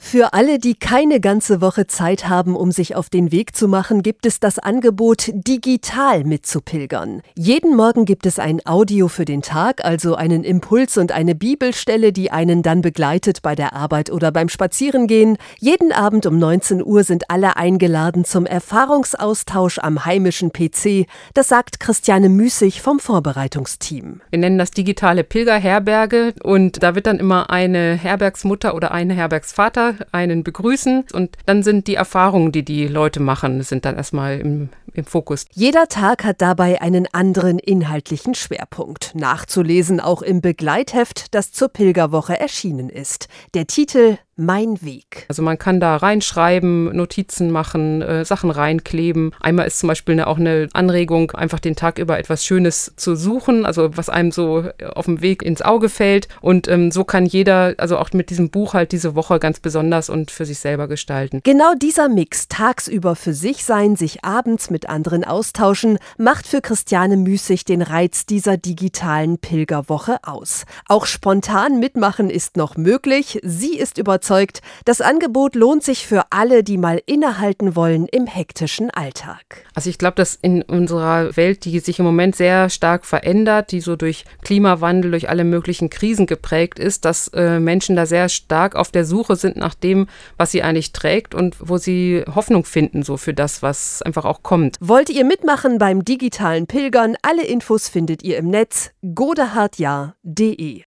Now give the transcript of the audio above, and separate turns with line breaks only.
Für alle, die keine ganze Woche Zeit haben, um sich auf den Weg zu machen, gibt es das Angebot, digital mitzupilgern. Jeden Morgen gibt es ein Audio für den Tag, also einen Impuls und eine Bibelstelle, die einen dann begleitet bei der Arbeit oder beim Spazierengehen. Jeden Abend um 19 Uhr sind alle eingeladen zum Erfahrungsaustausch am heimischen PC. Das sagt Christiane Müßig vom Vorbereitungsteam.
Wir nennen das digitale Pilgerherberge und da wird dann immer eine Herbergsmutter oder ein Herbergsvater einen begrüßen und dann sind die Erfahrungen, die die Leute machen, sind dann erstmal im Fokus.
Jeder Tag hat dabei einen anderen inhaltlichen Schwerpunkt. Nachzulesen auch im Begleitheft, das zur Pilgerwoche erschienen ist. Der Titel Mein Weg.
Also man kann da reinschreiben, Notizen machen, Sachen reinkleben. Einmal ist zum Beispiel auch eine Anregung, einfach den Tag über etwas Schönes zu suchen, also was einem so auf dem Weg ins Auge fällt. Und so kann jeder, also auch mit diesem Buch halt diese Woche ganz besonders und für sich selber gestalten.
Genau dieser Mix, tagsüber für sich sein, sich abends mit anderen austauschen, macht für Christiane Müßig den Reiz dieser digitalen Pilgerwoche aus. Auch spontan mitmachen ist noch möglich. Sie ist überzeugt, das Angebot lohnt sich für alle, die mal innehalten wollen im hektischen Alltag.
Also ich glaube, dass in unserer Welt, die sich im Moment sehr stark verändert, die so durch Klimawandel, durch alle möglichen Krisen geprägt ist, dass Menschen da sehr stark auf der Suche sind nach dem, was sie eigentlich trägt und wo sie Hoffnung finden, so für das, was einfach auch kommt.
Wollt ihr mitmachen beim digitalen Pilgern? Alle Infos findet ihr im Netz godehardjahr.de.